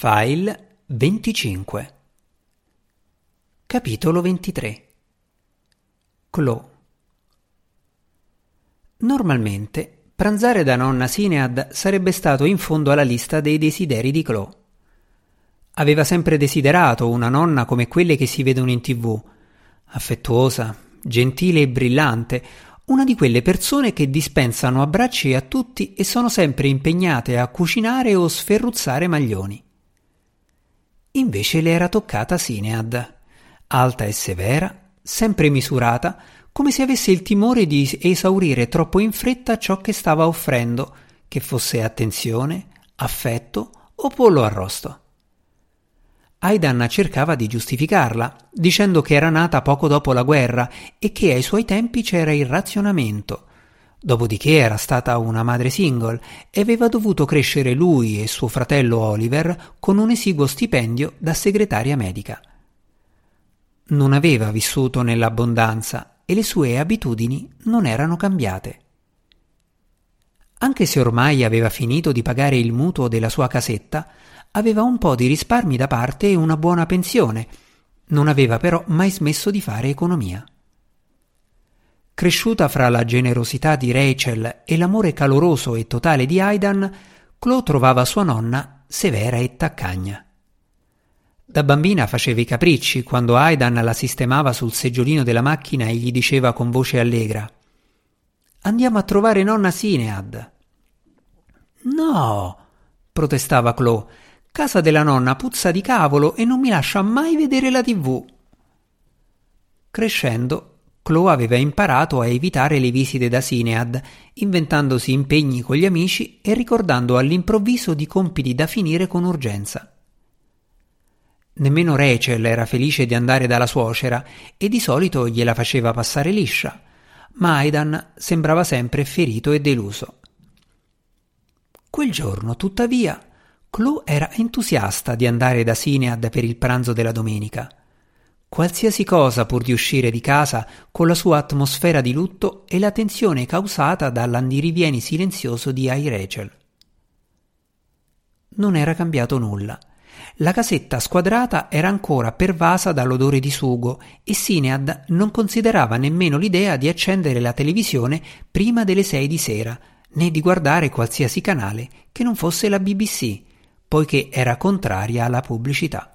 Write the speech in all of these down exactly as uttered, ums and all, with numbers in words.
File venticinque. Capitolo ventitré. Chloe. Normalmente, pranzare da nonna Sinead sarebbe stato in fondo alla lista dei desideri di Chloe. Aveva sempre desiderato una nonna come quelle che si vedono in tv, affettuosa, gentile e brillante, una di quelle persone che dispensano abbracci a tutti e sono sempre impegnate a cucinare o sferruzzare maglioni. Invece le era toccata Sinead, alta e severa, sempre misurata, come se avesse il timore di esaurire troppo in fretta ciò che stava offrendo, che fosse attenzione, affetto o pollo arrosto. Aidan cercava di giustificarla, dicendo che era nata poco dopo la guerra e che ai suoi tempi c'era il razionamento. Dopodiché era stata una madre single e aveva dovuto crescere lui e suo fratello Oliver con un esiguo stipendio da segretaria medica. Non aveva vissuto nell'abbondanza e le sue abitudini non erano cambiate. Anche se ormai aveva finito di pagare il mutuo della sua casetta, aveva un po' di risparmi da parte e una buona pensione. Non aveva però mai smesso di fare economia. Cresciuta fra la generosità di Rachel e l'amore caloroso e totale di Aidan, Chloe trovava sua nonna severa e taccagna. Da bambina faceva i capricci quando Aidan la sistemava sul seggiolino della macchina e gli diceva con voce allegra: «Andiamo a trovare nonna Sinead». «No», protestava Chloe, «casa della nonna puzza di cavolo e non mi lascia mai vedere la tivù». Crescendo, Chloe aveva imparato a evitare le visite da Sinead, inventandosi impegni con gli amici e ricordando all'improvviso di compiti da finire con urgenza. Nemmeno Rachel era felice di andare dalla suocera e di solito gliela faceva passare liscia, ma Aidan sembrava sempre ferito e deluso. Quel giorno, tuttavia, Chloe era entusiasta di andare da Sinead per il pranzo della domenica. Qualsiasi cosa pur di uscire di casa con la sua atmosfera di lutto e la tensione causata dall'andirivieni silenzioso di Ai Rachel. Non era cambiato nulla. La casetta squadrata era ancora pervasa dall'odore di sugo e Sinead non considerava nemmeno l'idea di accendere la televisione prima delle sei di sera, né di guardare qualsiasi canale che non fosse la B B C, poiché era contraria alla pubblicità.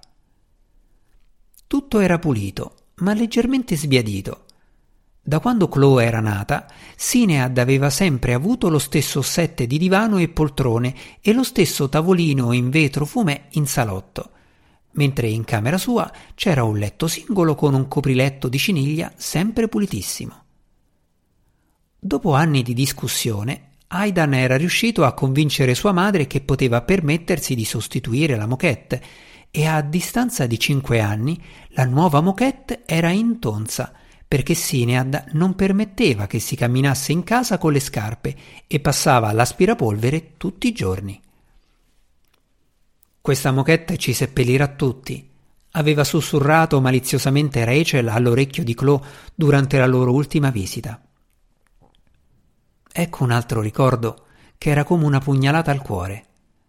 Tutto era pulito, ma leggermente sbiadito. Da quando Chloe era nata, Sinead aveva sempre avuto lo stesso set di divano e poltrone e lo stesso tavolino in vetro fumé in salotto, mentre in camera sua c'era un letto singolo con un copriletto di ciniglia sempre pulitissimo. Dopo anni di discussione, Aidan era riuscito a convincere sua madre che poteva permettersi di sostituire la moquette e a distanza di cinque anni la nuova moquette era intonsa perché Sinead non permetteva che si camminasse in casa con le scarpe e passava l'aspirapolvere tutti i giorni. «Questa moquette ci seppellirà tutti», aveva sussurrato maliziosamente Rachel all'orecchio di Chloe durante la loro ultima visita. Ecco un altro ricordo che era come una pugnalata al cuore.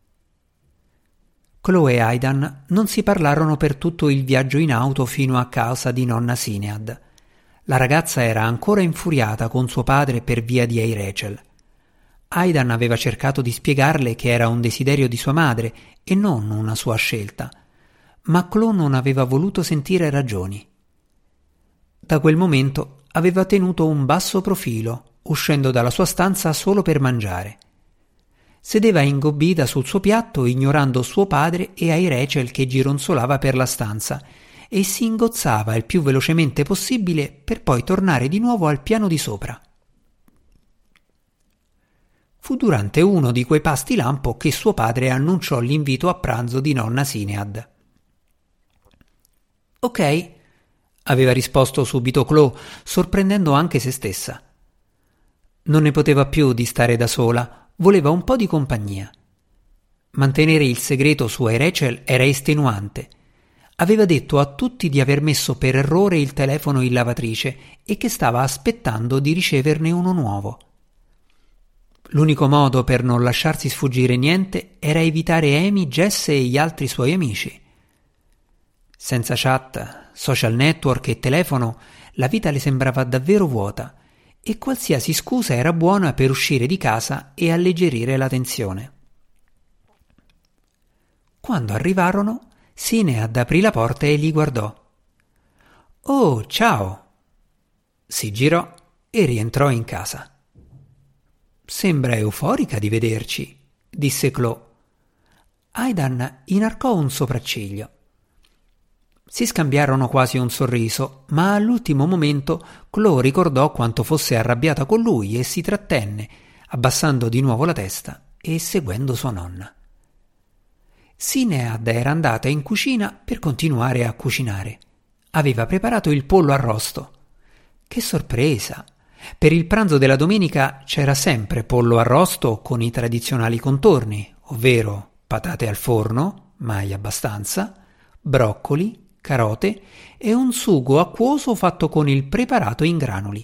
Chloe e Aidan non si parlarono per tutto il viaggio in auto fino a casa di nonna Sinead. La ragazza era ancora infuriata con suo padre per via di Ai Rachel. Aidan aveva cercato di spiegarle che era un desiderio di sua madre e non una sua scelta, ma Chloe non aveva voluto sentire ragioni. Da quel momento aveva tenuto un basso profilo, uscendo dalla sua stanza solo per mangiare. Sedeva ingobbita sul suo piatto ignorando suo padre e Ai Rachel che gironzolava per la stanza e si ingozzava il più velocemente possibile per poi tornare di nuovo al piano di sopra. Fu durante uno di quei pasti lampo che suo padre annunciò l'invito a pranzo di nonna Sinead. «Ok», aveva risposto subito Chloe, sorprendendo anche se stessa. Non ne poteva più di stare da sola, voleva un po' di compagnia. Mantenere il segreto su Ai Rachel era estenuante. Aveva detto a tutti di aver messo per errore il telefono in lavatrice e che stava aspettando di riceverne uno nuovo. L'unico modo per non lasciarsi sfuggire niente era evitare Amy, Jess e gli altri suoi amici. Senza chat, social network e telefono, la vita le sembrava davvero vuota e qualsiasi scusa era buona per uscire di casa e alleggerire la tensione. Quando arrivarono, Sinead aprì la porta e li guardò. «Oh, ciao!» Si girò e rientrò in casa. «Sembra euforica di vederci», disse Chloe. Aidan inarcò un sopracciglio. Si scambiarono quasi un sorriso, ma all'ultimo momento Chloe ricordò quanto fosse arrabbiata con lui e si trattenne, abbassando di nuovo la testa e seguendo sua nonna. Sinead era andata in cucina per continuare a cucinare. Aveva preparato il pollo arrosto. Che sorpresa! Per il pranzo della domenica c'era sempre pollo arrosto con i tradizionali contorni, ovvero patate al forno, mai abbastanza, broccoli, carote e un sugo acquoso fatto con il preparato in granuli.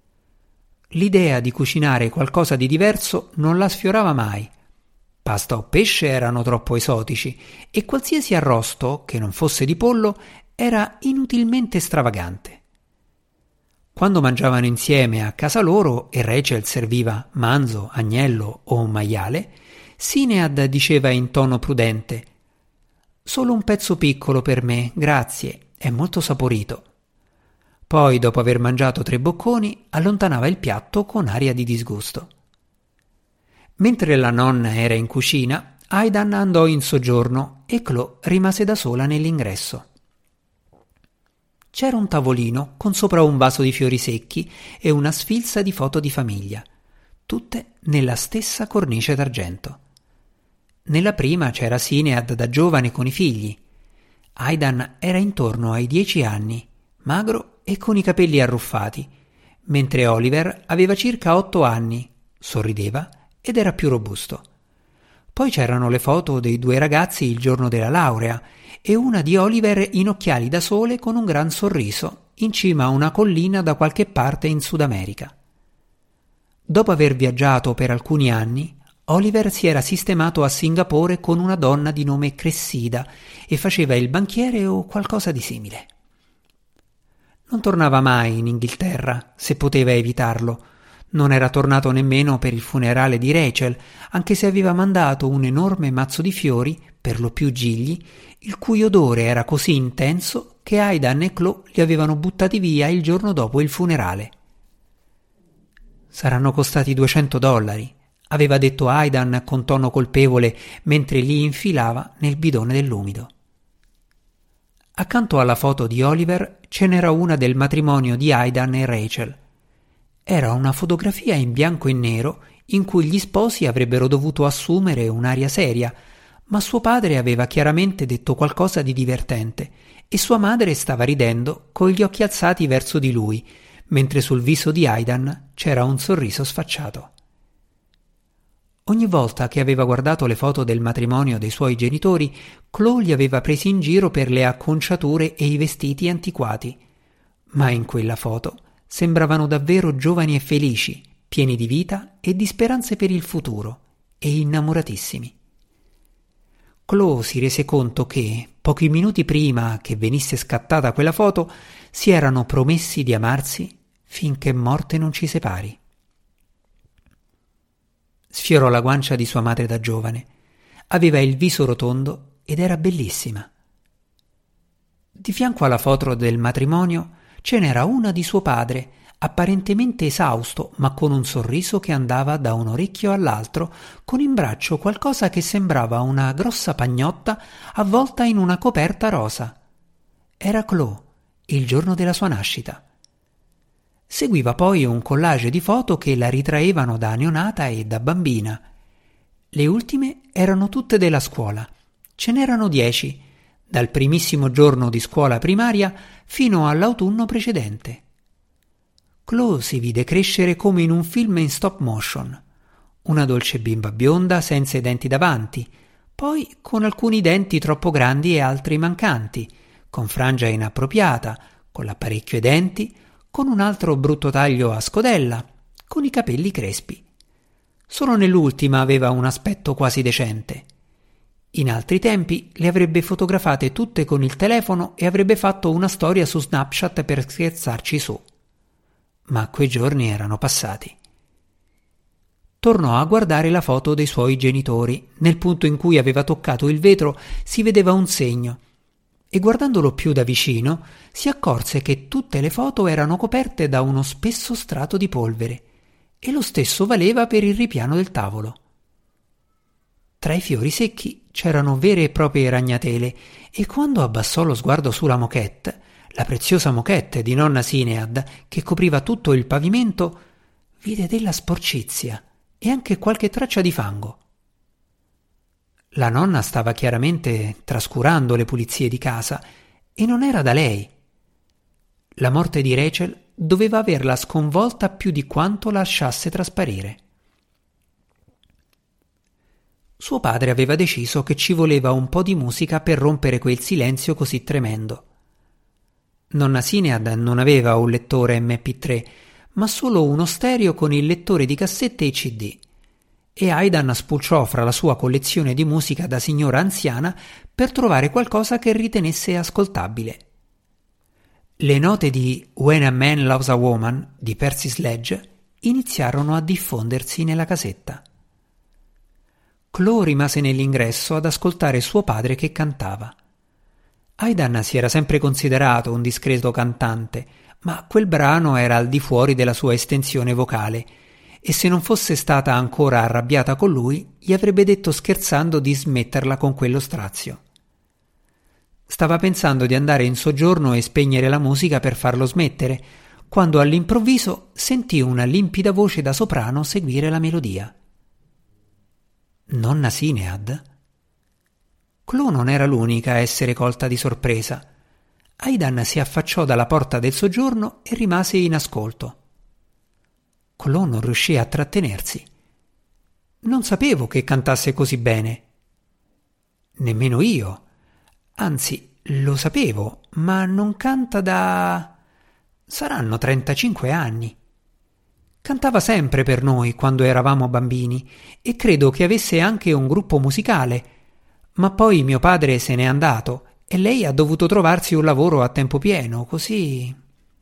L'idea di cucinare qualcosa di diverso non la sfiorava mai. Pasta o pesce erano troppo esotici e qualsiasi arrosto, che non fosse di pollo, era inutilmente stravagante. Quando mangiavano insieme a casa loro e Rachel serviva manzo, agnello o maiale, Sinead diceva in tono prudente: «Solo un pezzo piccolo per me, grazie, è molto saporito». Poi, dopo aver mangiato tre bocconi, allontanava il piatto con aria di disgusto. Mentre la nonna era in cucina, Aidan andò in soggiorno e Chloe rimase da sola nell'ingresso. C'era un tavolino con sopra un vaso di fiori secchi e una sfilza di foto di famiglia, tutte nella stessa cornice d'argento. Nella prima c'era Sinead da giovane con i figli. Aidan era intorno ai dieci anni, magro e con i capelli arruffati, mentre Oliver aveva circa otto anni, sorrideva ed era più robusto. Poi c'erano le foto dei due ragazzi il giorno della laurea e una di Oliver in occhiali da sole con un gran sorriso in cima a una collina da qualche parte in Sud America. Dopo aver viaggiato per alcuni anni, Oliver si era sistemato a Singapore con una donna di nome Cressida e faceva il banchiere o qualcosa di simile. Non tornava mai in Inghilterra, se poteva evitarlo. Non era tornato nemmeno per il funerale di Rachel, anche se aveva mandato un enorme mazzo di fiori, per lo più gigli, il cui odore era così intenso che Aidan e Chloe li avevano buttati via il giorno dopo il funerale. «Saranno costati duecento dollari», aveva detto Aidan con tono colpevole mentre li infilava nel bidone dell'umido. Accanto alla foto di Oliver ce n'era una del matrimonio di Aidan e Rachel. Era una fotografia in bianco e nero in cui gli sposi avrebbero dovuto assumere un'aria seria, ma suo padre aveva chiaramente detto qualcosa di divertente e sua madre stava ridendo con gli occhi alzati verso di lui, mentre sul viso di Aidan c'era un sorriso sfacciato. Ogni volta che aveva guardato le foto del matrimonio dei suoi genitori, Chloe li aveva presi in giro per le acconciature e i vestiti antiquati, ma in quella foto sembravano davvero giovani e felici, pieni di vita e di speranze per il futuro, e innamoratissimi. Chloe si rese conto che, pochi minuti prima che venisse scattata quella foto, si erano promessi di amarsi finché morte non ci separi. Sfiorò la guancia di sua madre da giovane. Aveva il viso rotondo ed era bellissima. Di fianco alla foto del matrimonio ce n'era una di suo padre, apparentemente esausto, ma con un sorriso che andava da un orecchio all'altro, con in braccio qualcosa che sembrava una grossa pagnotta avvolta in una coperta rosa. Era Chloe, il giorno della sua nascita. Seguiva poi un collage di foto che la ritraevano da neonata e da bambina. Le ultime erano tutte della scuola. Ce n'erano dieci, dal primissimo giorno di scuola primaria fino all'autunno precedente. Chloe si vide crescere come in un film in stop motion. Una dolce bimba bionda senza i denti davanti, poi con alcuni denti troppo grandi e altri mancanti, con frangia inappropriata, con l'apparecchio ai denti, con un altro brutto taglio a scodella, con i capelli crespi. Solo nell'ultima aveva un aspetto quasi decente. In altri tempi le avrebbe fotografate tutte con il telefono e avrebbe fatto una storia su Snapchat per scherzarci su. Ma quei giorni erano passati. Tornò a guardare la foto dei suoi genitori. Nel punto in cui aveva toccato il vetro si vedeva un segno e guardandolo più da vicino si accorse che tutte le foto erano coperte da uno spesso strato di polvere e lo stesso valeva per il ripiano del tavolo. Tra i fiori secchi c'erano vere e proprie ragnatele e quando abbassò lo sguardo sulla moquette, la preziosa moquette di nonna Sinead che copriva tutto il pavimento, vide della sporcizia e anche qualche traccia di fango. La nonna stava chiaramente trascurando le pulizie di casa e non era da lei. La morte di Rachel doveva averla sconvolta più di quanto lasciasse trasparire. Suo padre aveva deciso che ci voleva un po' di musica per rompere quel silenzio così tremendo. Nonna Sinead non aveva un lettore emme pi tre, ma solo uno stereo con il lettore di cassette e ci di, e Aidan spulciò fra la sua collezione di musica da signora anziana per trovare qualcosa che ritenesse ascoltabile. Le note di When a Man Loves a Woman di Percy Sledge iniziarono a diffondersi nella casetta. Chloe rimase nell'ingresso ad ascoltare suo padre che cantava. Aidan si era sempre considerato un discreto cantante, ma quel brano era al di fuori della sua estensione vocale e se non fosse stata ancora arrabbiata con lui gli avrebbe detto scherzando di smetterla con quello strazio. Stava pensando di andare in soggiorno e spegnere la musica per farlo smettere, quando all'improvviso sentì una limpida voce da soprano seguire la melodia. Nonna Sinead? Chloe non era l'unica a essere colta di sorpresa. Aidan si affacciò dalla porta del soggiorno e rimase in ascolto. Chloe non riuscì a trattenersi. Non sapevo che cantasse così bene. Nemmeno io. Anzi, lo sapevo, ma non canta da... saranno trentacinque anni. Cantava sempre per noi quando eravamo bambini e credo che avesse anche un gruppo musicale, ma poi mio padre se n'è andato e lei ha dovuto trovarsi un lavoro a tempo pieno, così...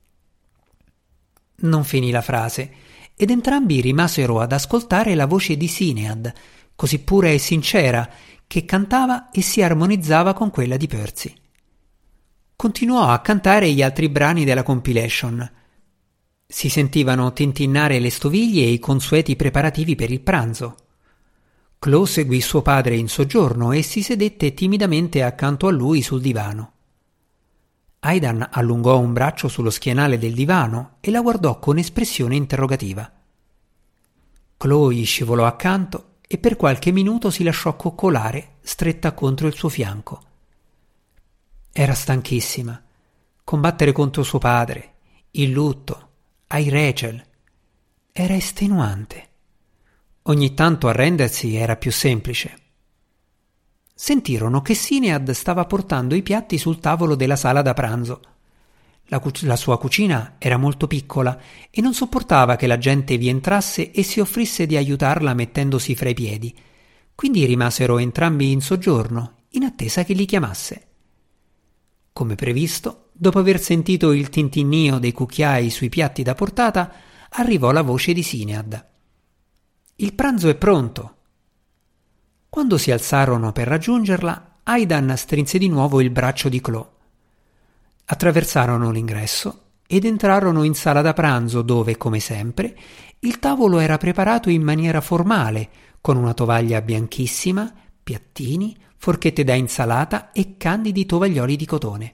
Non finì la frase ed entrambi rimasero ad ascoltare la voce di Sinead, così pura e sincera, che cantava e si armonizzava con quella di Percy. Continuò a cantare gli altri brani della compilation. Si sentivano tintinnare le stoviglie e i consueti preparativi per il pranzo. Chloe seguì suo padre in soggiorno e si sedette timidamente accanto a lui sul divano. Aidan allungò un braccio sullo schienale del divano e la guardò con espressione interrogativa. Chloe gli scivolò accanto e per qualche minuto si lasciò coccolare, stretta contro il suo fianco. Era stanchissima. Combattere contro suo padre, il lutto, ai Rachel. Era estenuante. Ogni tanto arrendersi era più semplice. Sentirono che Sinead stava portando i piatti sul tavolo della sala da pranzo. La, cu- la sua cucina era molto piccola e non sopportava che la gente vi entrasse e si offrisse di aiutarla mettendosi fra i piedi. Quindi rimasero entrambi in soggiorno, in attesa che li chiamasse. Come previsto, dopo aver sentito il tintinnio dei cucchiai sui piatti da portata, arrivò la voce di Sinead. «Il pranzo è pronto!» Quando si alzarono per raggiungerla, Aidan strinse di nuovo il braccio di Chloe. Attraversarono l'ingresso ed entrarono in sala da pranzo dove, come sempre, il tavolo era preparato in maniera formale, con una tovaglia bianchissima, piattini, forchette da insalata e candidi tovaglioli di cotone.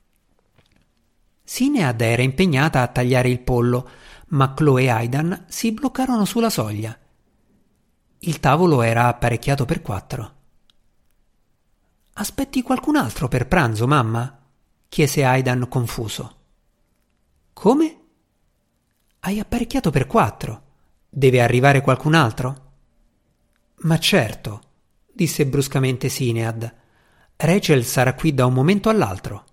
Sinead era impegnata a tagliare il pollo, ma Chloe e Aidan si bloccarono sulla soglia. Il tavolo era apparecchiato per quattro. «Aspetti qualcun altro per pranzo, mamma?» chiese Aidan confuso. «Come?» «Hai apparecchiato per quattro. Deve arrivare qualcun altro?» «Ma certo», disse bruscamente Sinead. «Rachel sarà qui da un momento all'altro».